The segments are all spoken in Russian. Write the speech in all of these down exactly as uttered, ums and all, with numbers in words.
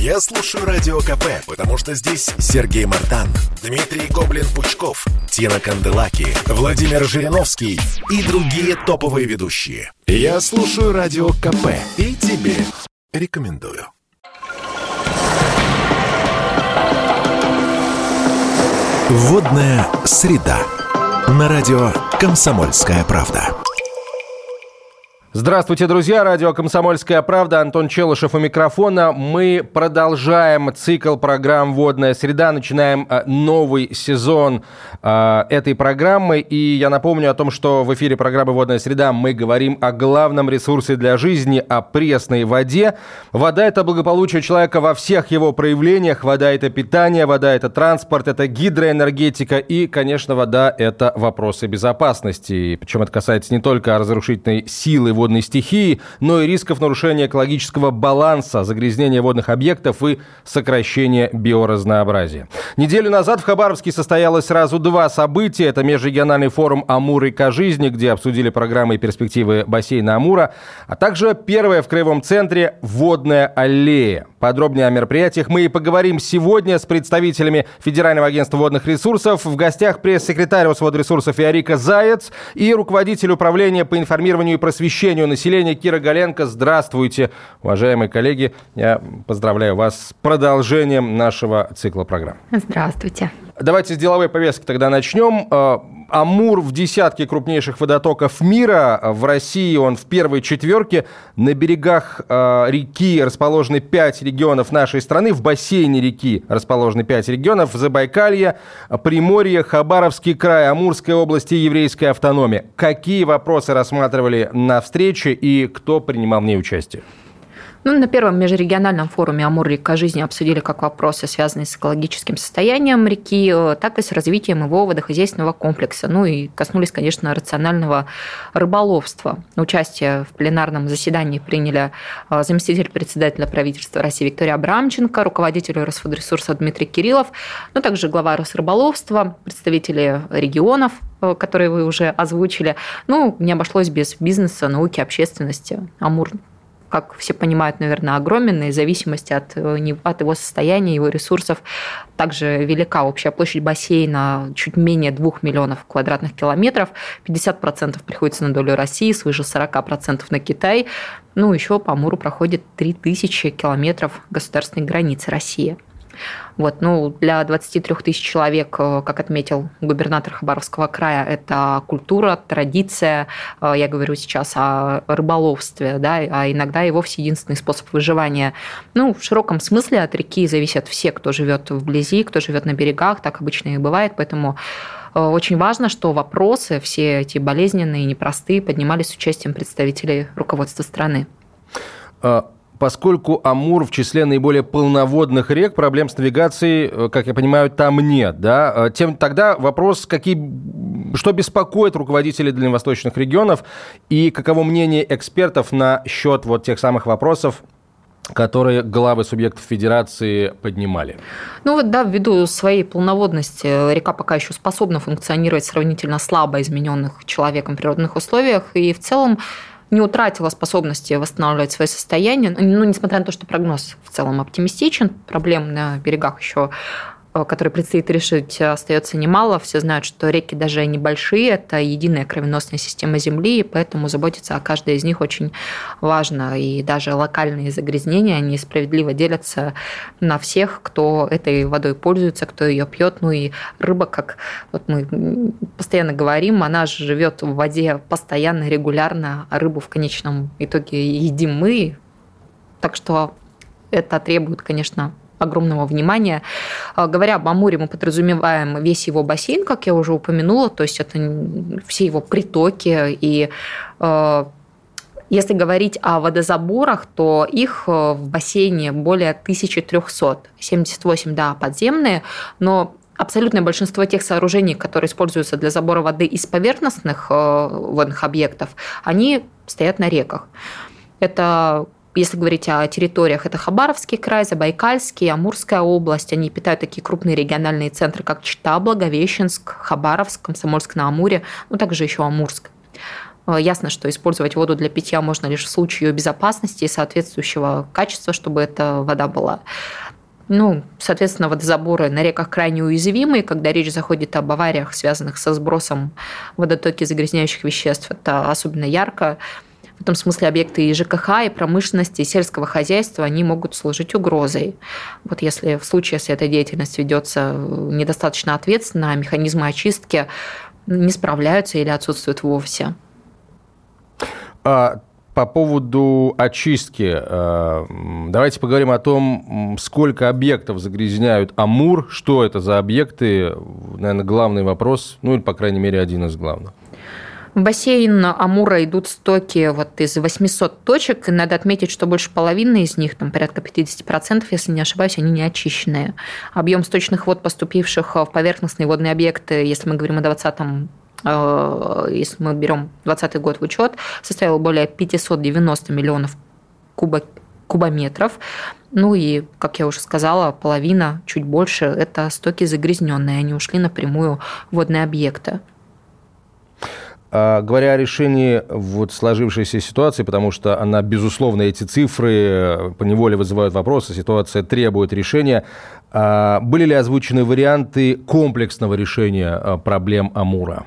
Я слушаю Радио КП, потому что здесь Сергей Мартан, Дмитрий Гоблин-Пучков, Тина Канделаки, Владимир Жириновский и другие топовые ведущие. Я слушаю Радио КП и тебе рекомендую. Водная среда. На радио «Комсомольская правда». Здравствуйте, друзья! Радио «Комсомольская правда». Антон Челышев у микрофона. Мы продолжаем цикл программ «Водная среда». Начинаем новый сезон э, этой программы. И я напомню о том, что в эфире программы «Водная среда» мы говорим о главном ресурсе для жизни, о пресной воде. Вода – это благополучие человека во всех его проявлениях. Вода – это питание, вода – это транспорт, это гидроэнергетика. И, конечно, вода – это вопросы безопасности. Причем это касается не только разрушительной силы водной водной стихии, но и рисков нарушения экологического баланса, загрязнения водных объектов и сокращения биоразнообразия. Неделю назад в Хабаровске состоялось сразу два события. Это межрегиональный форум «Амур-река жизни», где обсудили программы и перспективы бассейна Амура, а также первое в Краевом центре «Водная аллея». Подробнее о мероприятиях мы и поговорим сегодня с представителями Федерального агентства водных ресурсов. В гостях пресс-секретарь Росводресурсов Иорика Заяц и руководитель управления по информированию и просвещению населения Кира Галенко. Здравствуйте, уважаемые коллеги. Я поздравляю вас с продолжением нашего цикла программ. Здравствуйте. Давайте с деловой повестки тогда начнем. Амур в десятке крупнейших водотоков мира. В России он в первой четверке. На берегах реки расположены пять регионов нашей страны. В бассейне реки расположены пять регионов. Забайкалье, Приморье, Хабаровский край, Амурская область и Еврейская автономия. Какие вопросы рассматривали на встрече и кто принимал в ней участие? Ну, на первом межрегиональном форуме «Амур-река жизни» обсудили как вопросы, связанные с экологическим состоянием реки, так и с развитием его водохозяйственного комплекса. Ну и коснулись, конечно, рационального рыболовства. Участие в пленарном заседании приняли заместитель председателя правительства России Виктория Абрамченко, руководитель Росводресурса Дмитрий Кириллов, ну также глава Росрыболовства, представители регионов, которые вы уже озвучили. Ну, не обошлось без бизнеса, науки, общественности. Амур, как все понимают, наверное, огромен, и в зависимости от, от его состояния, его ресурсов, также велика общая площадь бассейна, чуть менее двух миллионов квадратных километров, пятьдесят процентов приходится на долю России, свыше сорок процентов на Китай. Ну, еще по Амуру проходит три тысячи километров государственной границы России. Вот, ну, для двадцати трёх тысяч человек, как отметил губернатор Хабаровского края, это культура, традиция. Я говорю сейчас о рыболовстве, да, а иногда и вовсе единственный способ выживания. Ну, в широком смысле от реки зависят все, кто живет вблизи, кто живет на берегах, так обычно и бывает, поэтому очень важно, что вопросы, все эти болезненные и непростые, поднимались с участием представителей руководства страны. Поскольку Амур в числе наиболее полноводных рек, проблем с навигацией, как я понимаю, там нет, да? Тем, тогда вопрос, какие, что беспокоит руководителей дальневосточных регионов и каково мнение экспертов на счет вот тех самых вопросов, которые главы субъектов федерации поднимали? Ну вот, да, ввиду своей полноводности река пока еще способна функционировать в сравнительно слабо измененных человеком природных условиях, и в целом не утратила способности восстанавливать свое состояние. Ну, несмотря на то, что прогноз в целом оптимистичен, проблем на берегах еще, которые предстоит решить, остается немало. Все знают, что реки даже небольшие, это единая кровеносная система Земли, и поэтому заботиться о каждой из них очень важно. И даже локальные загрязнения, они справедливо делятся на всех, кто этой водой пользуется, кто ее пьет. Ну и рыба, как вот мы постоянно говорим, она живет в воде постоянно, регулярно, а рыбу в конечном итоге едим мы. Так что это требует, конечно, огромного внимания. Говоря об Амуре, мы подразумеваем весь его бассейн, как я уже упомянула, то есть это все его притоки. И э, если говорить о водозаборах, то их в бассейне более тысяча триста, семьдесят восемь, да, подземные, но абсолютное большинство тех сооружений, которые используются для забора воды из поверхностных э, водных объектов, они стоят на реках. Это Если говорить о территориях, это Хабаровский край, Забайкальский, Амурская область. Они питают такие крупные региональные центры, как Чита, Благовещенск, Хабаровск, Комсомольск-на-Амуре, ну также еще Амурск. Ясно, что использовать воду для питья можно лишь в случае ее безопасности и соответствующего качества, чтобы эта вода была. Ну, соответственно, водозаборы на реках крайне уязвимы, когда речь заходит об авариях, связанных со сбросом в водотоки загрязняющих веществ. Это особенно ярко. В этом смысле объекты и ЖКХ, и промышленности, и сельского хозяйства, они могут служить угрозой. Вот если в случае, если эта деятельность ведется недостаточно ответственно, механизмы очистки не справляются или отсутствуют вовсе. А по поводу очистки, давайте поговорим о том, сколько объектов загрязняют Амур, что это за объекты, наверное, главный вопрос, ну или, по крайней мере, один из главных. В бассейн Амура идут стоки вот из восьмисот точек, и надо отметить, что больше половины из них, там порядка пятьдесят процентов, если не ошибаюсь, они не очищенные. Объем сточных вод, поступивших в поверхностные водные объекты, если мы говорим о двадцатом, если мы берем двадцатый год в учет, составил более пятьсот девяносто миллионов куба, кубометров. Ну и, как я уже сказала, половина, чуть больше, это стоки загрязненные, они ушли напрямую в водные объекты. Говоря о решении вот сложившейся ситуации, потому что она, безусловно, эти цифры поневоле вызывают вопросы, ситуация требует решения. Были ли озвучены варианты комплексного решения проблем Амура?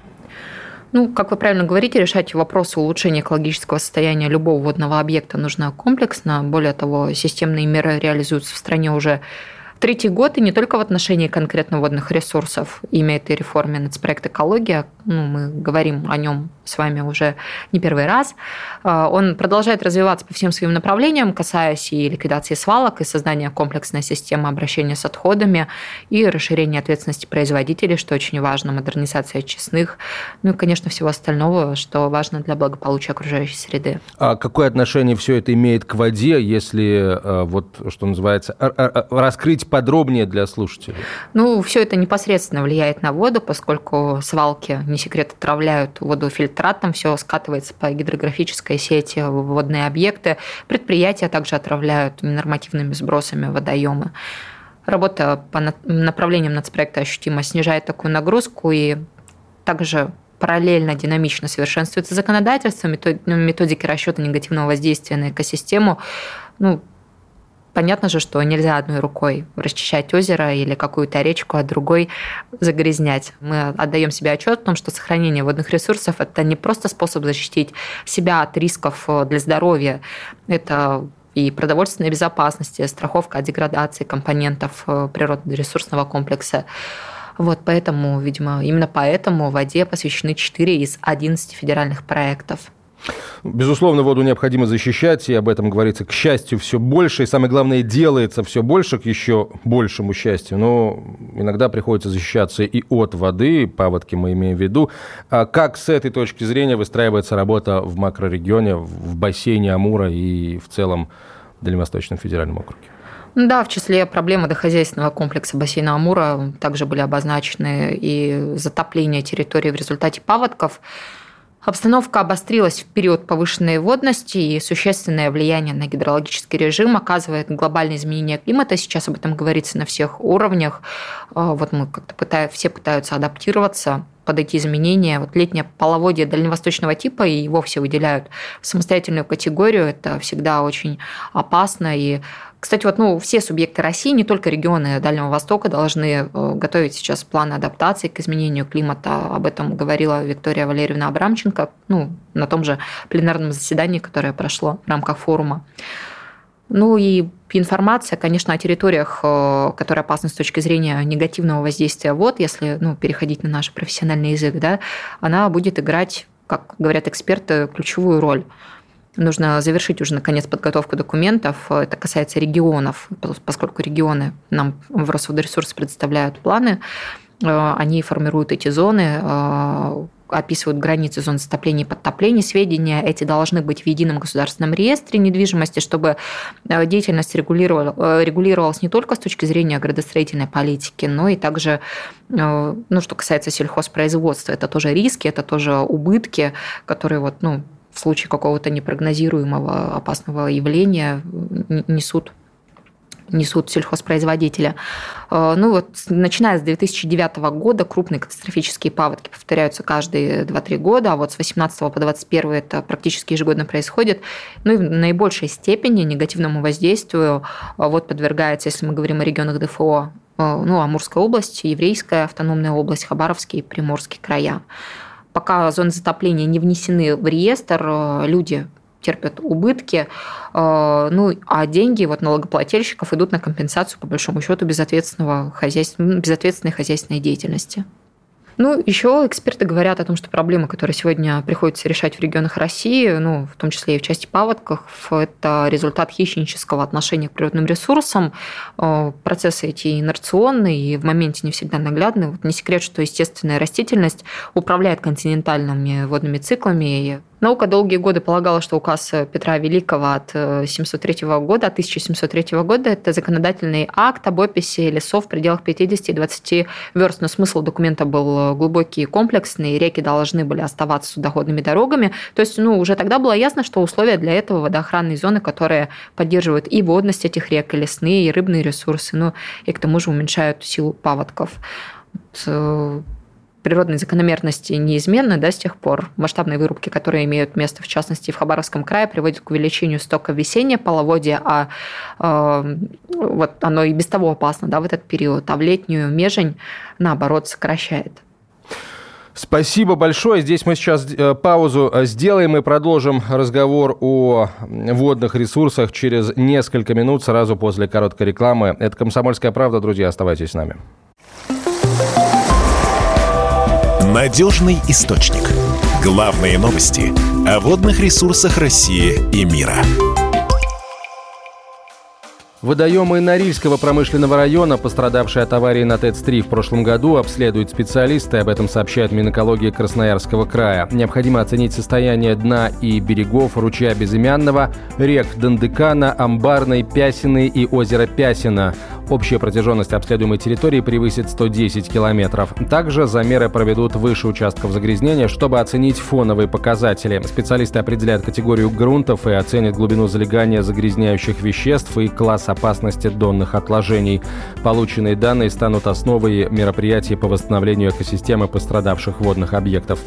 Ну, как вы правильно говорите, решать вопросы улучшения экологического состояния любого водного объекта нужно комплексно. Более того, системные меры реализуются в стране уже третий год, и не только в отношении конкретно водных ресурсов. Имя этой реформы нацпроект «Экология», ну, мы говорим о нем с вами уже не первый раз, он продолжает развиваться по всем своим направлениям, касаясь и ликвидации свалок, и создания комплексной системы обращения с отходами, и расширения ответственности производителей, что очень важно, модернизация очистных, ну и, конечно, всего остального, что важно для благополучия окружающей среды. А какое отношение все это имеет к воде, если, вот, что называется, раскрыть подробнее для слушателей? Ну, все это непосредственно влияет на воду, поскольку свалки, не секрет, отравляют воду фильтратом, все скатывается по гидрографической сети в водные объекты. Предприятия также отравляют ненормативными сбросами водоемы. Работа по направлениям нацпроекта ощутимо снижает такую нагрузку, и также параллельно динамично совершенствуется законодательство, методики расчета негативного воздействия на экосистему. Ну, понятно же, что нельзя одной рукой расчищать озеро или какую-то речку, а другой загрязнять. Мы отдаем себе отчет о том, что сохранение водных ресурсов – это не просто способ защитить себя от рисков для здоровья, это и продовольственной безопасности, страховка от деградации компонентов природно-ресурсного комплекса. Вот поэтому, видимо, именно поэтому воде посвящены четыре из одиннадцати федеральных проектов. Безусловно, воду необходимо защищать, и об этом говорится, к счастью, все больше, и самое главное, делается все больше, к еще большему счастью, но иногда приходится защищаться и от воды, паводки мы имеем в виду. А как с этой точки зрения выстраивается работа в макрорегионе, в бассейне Амура и в целом в Дальневосточном федеральном округе? Да, в числе проблем водохозяйственного комплекса бассейна Амура также были обозначены и затопление территории в результате паводков. Обстановка обострилась в период повышенной водности, и существенное влияние на гидрологический режим оказывает глобальное изменение климата. Сейчас об этом говорится на всех уровнях. Вот мы как-то пытаем, все пытаются адаптироваться под эти изменения. Вот летнее половодье дальневосточного типа и его все выделяют в самостоятельную категорию. Это всегда очень опасно. И, кстати, вот, ну, все субъекты России, не только регионы Дальнего Востока, должны готовить сейчас планы адаптации к изменению климата. Об этом говорила Виктория Валерьевна Абрамченко, ну, на том же пленарном заседании, которое прошло в рамках форума. Ну и информация, конечно, о территориях, которые опасны с точки зрения негативного воздействия вод, если, ну, переходить на наш профессиональный язык, да, она будет играть, как говорят эксперты, ключевую роль. Нужно завершить уже, наконец, подготовку документов. Это касается регионов, поскольку регионы нам в Росводоресурс предоставляют планы, они формируют эти зоны, описывают границы зон затопления и подтопления. Сведения эти должны быть в едином государственном реестре недвижимости, чтобы деятельность регулировалась не только с точки зрения градостроительной политики, но и также, ну, что касается сельхозпроизводства. Это тоже риски, это тоже убытки, которые вот, ну, в случае какого-то непрогнозируемого опасного явления несут несут сельхозпроизводители. Ну вот, начиная с две тысячи девятого года крупные катастрофические паводки повторяются каждые два-три года, а вот с восемнадцатого по двадцать первый это практически ежегодно происходит. Ну и в наибольшей степени негативному воздействию вот подвергается, если мы говорим о регионах ДФО, ну, Амурская область, Еврейская автономная область, Хабаровский и Приморский края. Пока зоны затопления не внесены в реестр, люди терпят убытки, ну, а деньги вот налогоплательщиков идут на компенсацию, по большому счету, безответственного хозяйства, безответственной хозяйственной деятельности. Ну, еще эксперты говорят о том, что проблемы, которые сегодня приходится решать в регионах России, ну, в том числе и в части паводков, это результат хищнического отношения к природным ресурсам. Процессы эти инерционные и в моменте не всегда наглядны. Вот не секрет, что естественная растительность управляет континентальными водными циклами. Наука долгие годы полагала, что указ Петра Великого от семьсот третьего года, от тысяча семьсот третьего года, это законодательный акт об описи лесов в пределах пятидесяти и двадцати верст. Но смысл документа был глубокий и комплексный, реки должны были оставаться судоходными дорогами. То есть, ну, уже тогда было ясно, что условия для этого водоохранные зоны, которые поддерживают и водность этих рек, и лесные, и рыбные ресурсы, ну, и к тому же уменьшают силу паводков. Природные закономерности неизменны, да, с тех пор. Масштабные вырубки, которые имеют место, в частности, в Хабаровском крае, приводят к увеличению стока весеннее половодье, а э, вот оно и без того опасно, да, в этот период, а в летнюю межень, наоборот, сокращает. Спасибо большое. Здесь мы сейчас паузу сделаем и продолжим разговор о водных ресурсах через несколько минут, сразу после короткой рекламы. Это «Комсомольская правда», друзья, оставайтесь с нами. Надежный источник. Главные новости о водных ресурсах России и мира. Водоемы Норильского промышленного района, пострадавшие от аварии на ТЭЦ три в прошлом году, обследуют специалисты. Об этом сообщает Минэкология Красноярского края. Необходимо оценить состояние дна и берегов ручья Безымянного, рек Дандыкана, Амбарной, Пясиной и озера Пясино. Общая протяженность обследуемой территории превысит сто десять километров. Также замеры проведут выше участков загрязнения, чтобы оценить фоновые показатели. Специалисты определяют категорию грунтов и оценят глубину залегания загрязняющих веществ и класс опасности донных отложений. Полученные данные станут основой мероприятий по восстановлению экосистемы пострадавших водных объектов.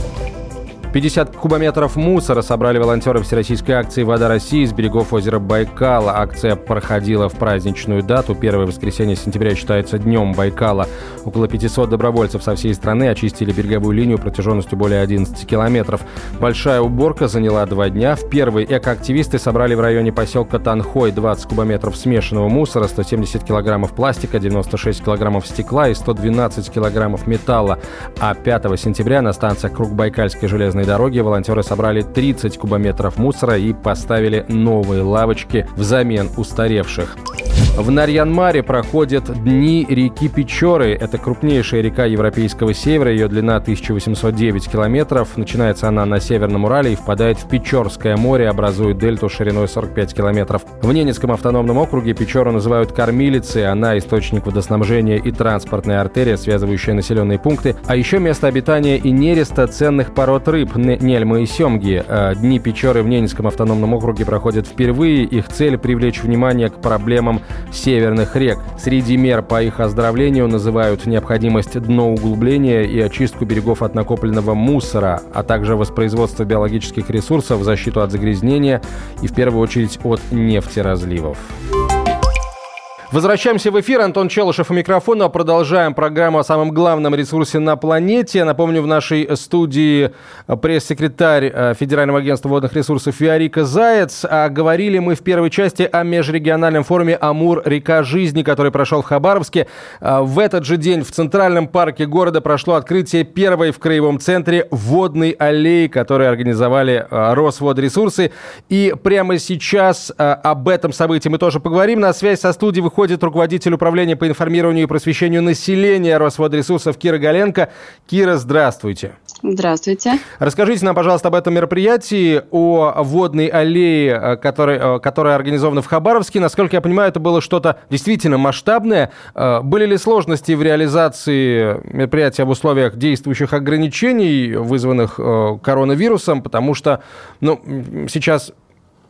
пятьдесят кубометров мусора собрали волонтеры всероссийской акции «Вода России» с берегов озера Байкала. Акция проходила в праздничную дату. Первое воскресенье сентября считается Днем Байкала. Около пятисот добровольцев со всей страны очистили береговую линию протяженностью более одиннадцати километров. Большая уборка заняла два дня. В первый экоактивисты собрали в районе поселка Танхой двадцать кубометров смешанного мусора, сто семьдесят килограммов пластика, девяносто шесть килограммов стекла и сто двенадцать килограммов металла. А пятого сентября на станциях Кругбайкальской железной дороги волонтеры собрали тридцать кубометров мусора и поставили новые лавочки взамен устаревших. В Нарьян-Маре проходят Дни реки Печоры. Это крупнейшая река Европейского севера. Ее длина тысяча восемьсот девять километров. Начинается она на Северном Урале и впадает в Печорское море, образует дельту шириной сорок пять километров. В Ненецком автономном округе Печору называют кормилицей. Она источник водоснабжения и транспортная артерия, связывающая населенные пункты. А еще место обитания и нереста ценных пород рыб – нельмы и семги. Дни Печоры в Ненецком автономном округе проходят впервые. Их цель – привлечь внимание к проблемам северных рек. Среди мер по их оздоровлению называют необходимость дноуглубления и очистку берегов от накопленного мусора, а также воспроизводство биологических ресурсов, защиту от загрязнения и в первую очередь от нефтеразливов. Возвращаемся в эфир. Антон Челышев у микрофона. Продолжаем программу о самом главном ресурсе на планете. Напомню, в нашей студии пресс-секретарь Федерального агентства водных ресурсов Виорика Заяц. А говорили мы в первой части о межрегиональном форуме «Амур-река жизни», который прошел в Хабаровске. В этот же день в Центральном парке города прошло открытие первой в краевом центре водной аллеи, которую организовали Росводресурсы. И прямо сейчас об этом событии мы тоже поговорим. На связь со студией выходит Выходит руководитель управления по информированию и просвещению населения Росводресурсов Кира Галенко. Кира, здравствуйте. Здравствуйте. Расскажите нам, пожалуйста, об этом мероприятии, о водной аллее, которая, которая организована в Хабаровске. Насколько я понимаю, это было что-то действительно масштабное. Были ли сложности в реализации мероприятия в условиях действующих ограничений, вызванных коронавирусом? Потому что ну, сейчас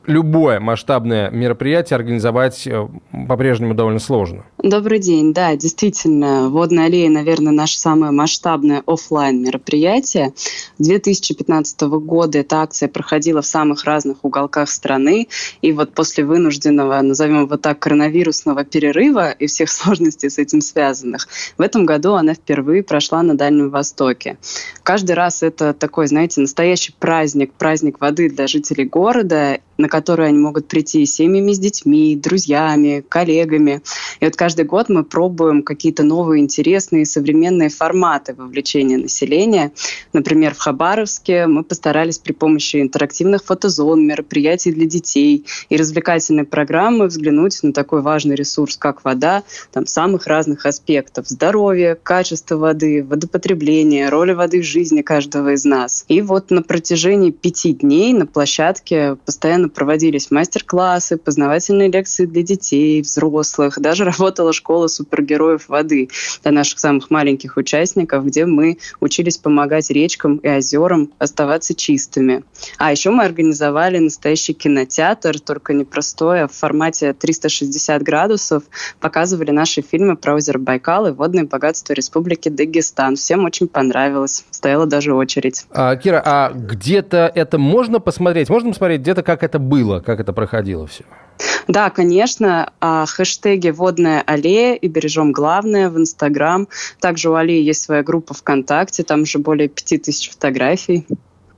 любое масштабное мероприятие организовать по-прежнему довольно сложно. Добрый день. Да, действительно, «Водная аллея», наверное, наше самое масштабное офлайн мероприятие. С две тысячи пятнадцатого года эта акция проходила в самых разных уголках страны. И вот после вынужденного, назовем его так, коронавирусного перерыва и всех сложностей с этим связанных, в этом году она впервые прошла на Дальнем Востоке. Каждый раз это такой, знаете, настоящий праздник, праздник воды для жителей города, на который они могут прийти с семьями, с детьми, друзьями, коллегами. И вот каждый год мы пробуем какие-то новые, интересные, современные форматы вовлечения населения. Например, в Хабаровске мы постарались при помощи интерактивных фотозон, мероприятий для детей и развлекательной программы взглянуть на такой важный ресурс, как вода, там, самых разных аспектов: здоровья, качества воды, водопотребления, роли воды в жизни каждого из нас. И вот на протяжении пяти дней на площадке постоянно проводились мастер-классы, познавательные лекции для детей, взрослых. Даже работала школа супергероев воды для наших самых маленьких участников, где мы учились помогать речкам и озерам оставаться чистыми. А еще мы организовали настоящий кинотеатр, только не простой, а в формате триста шестьдесят градусов. Показывали наши фильмы про озеро Байкал и водные богатства Республики Дагестан. Всем очень понравилось. Стояла даже очередь. А, Кира, а где-то это можно посмотреть? Можно посмотреть где-то, как это было, как это проходило все? Да, конечно. Хэштеги «Водная аллея» и «Бережем главное» в Инстаграм. Также у аллеи есть своя группа ВКонтакте, там уже более пяти тысяч фотографий.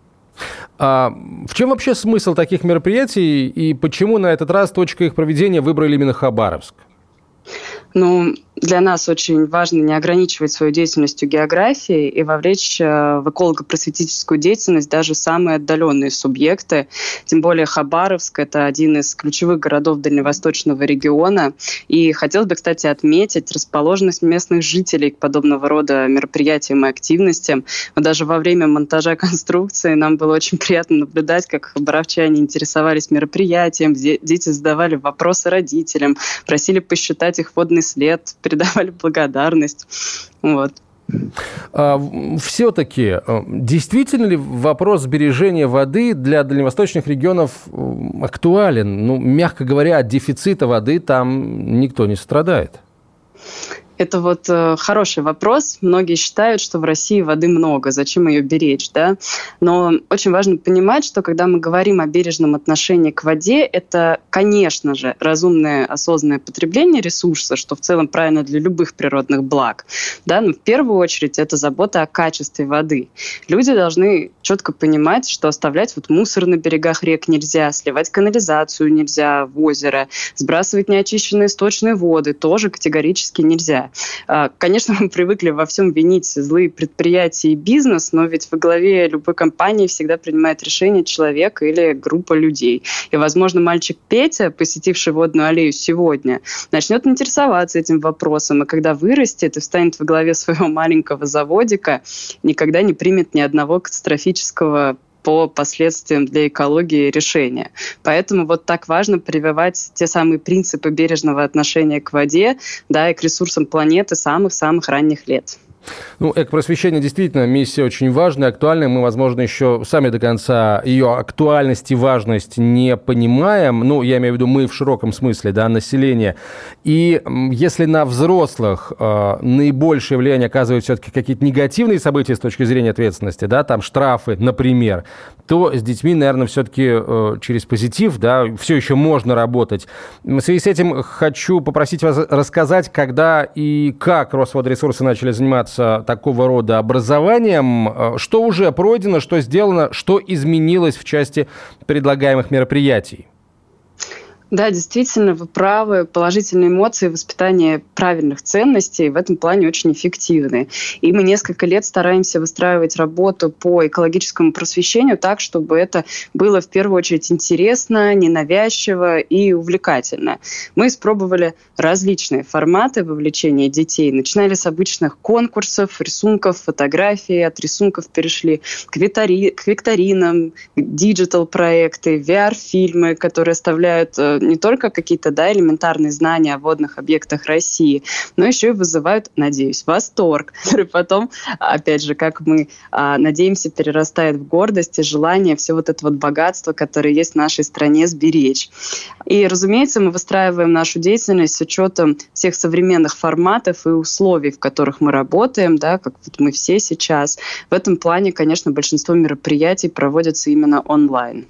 А в чем вообще смысл таких мероприятий и почему на этот раз точкой их проведения выбрали именно Хабаровск? Ну, для нас очень важно не ограничивать свою деятельность географией и вовлечь в эколого-просветительскую деятельность даже самые отдаленные субъекты. Тем более Хабаровск – это один из ключевых городов дальневосточного региона. И хотелось бы, кстати, отметить расположенность местных жителей к подобного рода мероприятиям и активностям. Но даже во время монтажа конструкции нам было очень приятно наблюдать, как хабаровчане интересовались мероприятием, дети задавали вопросы родителям, просили посчитать их водный след, передавали благодарность. Вот. А, все-таки, действительно ли вопрос сбережения воды для дальневосточных регионов актуален? Ну, мягко говоря, от дефицита воды там никто не страдает. Это вот э, хороший вопрос. Многие считают, что в России воды много, зачем ее беречь, да? Но очень важно понимать, что когда мы говорим о бережном отношении к воде, это, конечно же, разумное, осознанное потребление ресурса, что в целом правильно для любых природных благ, да? Но в первую очередь это забота о качестве воды. Люди должны четко понимать, что оставлять вот мусор на берегах рек нельзя, сливать канализацию нельзя в озеро, сбрасывать неочищенные сточные воды тоже категорически нельзя. Конечно, мы привыкли во всем винить злые предприятия и бизнес, но ведь во главе любой компании всегда принимает решение человек или группа людей. И, возможно, мальчик Петя, посетивший водную аллею сегодня, начнет интересоваться этим вопросом, и когда вырастет и встанет во главе своего маленького заводика, никогда не примет ни одного катастрофического по последствиям для экологии решения. Поэтому вот так важно прививать те самые принципы бережного отношения к воде, да, и к ресурсам планеты с самых-самых ранних лет. Ну, экопросвещение действительно миссия очень важная, актуальная. Мы, возможно, еще сами до конца ее актуальность и важность не понимаем. Ну, я имею в виду мы в широком смысле, да, население. И если на взрослых э, наибольшее влияние оказывают все-таки какие-то негативные события с точки зрения ответственности, да, там штрафы, например, то с детьми, наверное, все-таки э, через позитив, да, все еще можно работать. В связи с этим хочу попросить вас рассказать, когда и как Росводресурсы начали заниматься такого рода образованием, что уже пройдено, что сделано, что изменилось в части предлагаемых мероприятий? Да, действительно, вы правы. Положительные эмоции, воспитание правильных ценностей в этом плане очень эффективны. И мы несколько лет стараемся выстраивать работу по экологическому просвещению так, чтобы это было в первую очередь интересно, ненавязчиво и увлекательно. Мы испробовали различные форматы вовлечения детей. Начинали с обычных конкурсов, рисунков, фотографий. От рисунков перешли к, витари... к викторинам, диджитал-проекты, ви ар-фильмы, которые оставляют не только какие-то, да, элементарные знания о водных объектах России, но еще и вызывают, надеюсь, восторг, который потом, опять же, как мы а, надеемся, перерастает в гордость и желание все вот это вот богатство, которое есть в нашей стране, сберечь. И, разумеется, мы выстраиваем нашу деятельность с учетом всех современных форматов и условий, в которых мы работаем, да, как вот мы все сейчас. В этом плане, конечно, большинство мероприятий проводятся именно онлайн.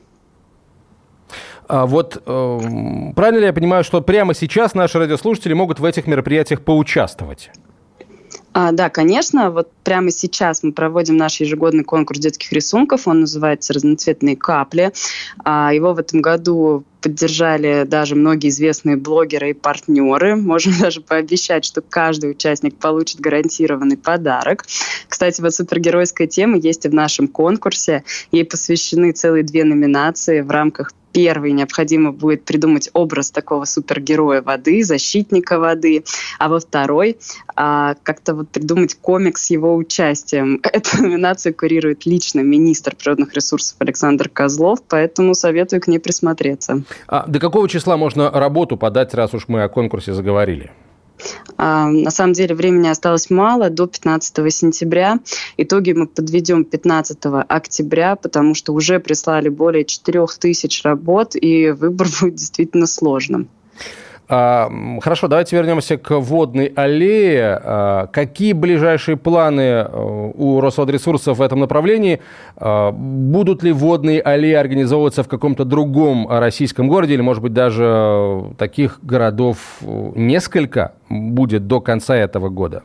А вот э, правильно ли я понимаю, что прямо сейчас наши радиослушатели могут в этих мероприятиях поучаствовать? А, да, конечно. Вот прямо сейчас мы проводим наш ежегодный конкурс детских рисунков. Он называется «Разноцветные капли». А, его в этом году поддержали даже многие известные блогеры и партнеры. Можем даже пообещать, что каждый участник получит гарантированный подарок. Кстати, вот супергеройская тема есть и в нашем конкурсе. Ей посвящены целые две номинации. В рамках первой необходимо будет придумать образ такого супергероя воды, защитника воды, а во второй а, как-то вот придумать комикс с его участием. Эту номинацию курирует лично министр природных ресурсов Александр Козлов, поэтому советую к ней присмотреться. А до какого числа можно работу подать, раз уж мы о конкурсе заговорили? А, на самом деле времени осталось мало, до пятнадцатого сентября. Итоги мы подведем пятнадцатого октября, потому что уже прислали более четырех тысяч работ, и выбор будет действительно сложным. А, хорошо, давайте вернемся к водной аллее. А, какие ближайшие планы у Росводресурсов в этом направлении? А, будут ли водные аллеи организовываться в каком-то другом российском городе, или, может быть, даже таких городов несколько будет до конца этого года?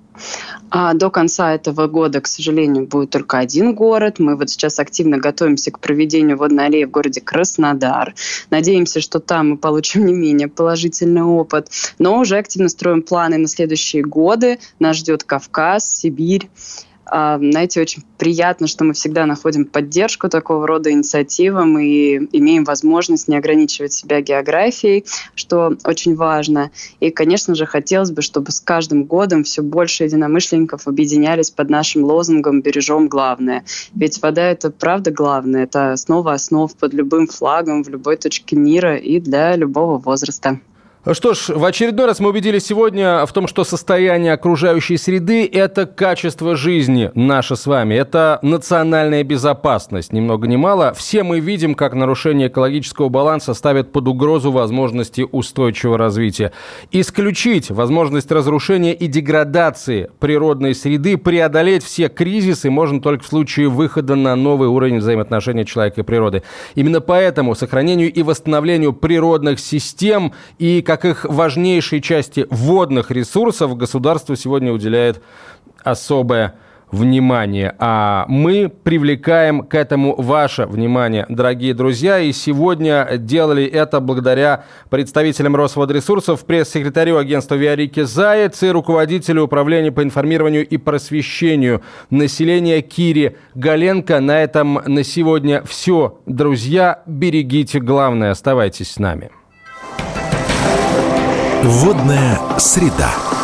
А до конца этого года, к сожалению, будет только один город. Мы вот сейчас активно готовимся к проведению водной аллеи в городе Краснодар. Надеемся, что там мы получим не менее положительный опыт. Но уже активно строим планы на следующие годы. Нас ждет Кавказ, Сибирь. Знаете, очень приятно, что мы всегда находим поддержку такого рода инициативам и имеем возможность не ограничивать себя географией, что очень важно. И, конечно же, хотелось бы, чтобы с каждым годом все больше единомышленников объединялись под нашим лозунгом «Бережем главное». Ведь вода – это правда главное, это основа основ под любым флагом в любой точке мира и для любого возраста. Что ж, в очередной раз мы убедились сегодня в том, что состояние окружающей среды – это качество жизни наше с вами, это национальная безопасность, ни много ни мало. Все мы видим, как нарушение экологического баланса ставит под угрозу возможности устойчивого развития. Исключить возможность разрушения и деградации природной среды, преодолеть все кризисы можно только в случае выхода на новый уровень взаимоотношений человека и природы. Именно поэтому сохранению и восстановлению природных систем и как их важнейшей части водных ресурсов государство сегодня уделяет особое внимание. А мы привлекаем к этому ваше внимание, дорогие друзья. И сегодня делали это благодаря представителям Росводресурсов, пресс-секретарю агентства Виорике Заяц и руководителю управления по информированию и просвещению населения Кире Галенко. На этом на сегодня все. Друзья, берегите главное. Оставайтесь с нами. Водная среда.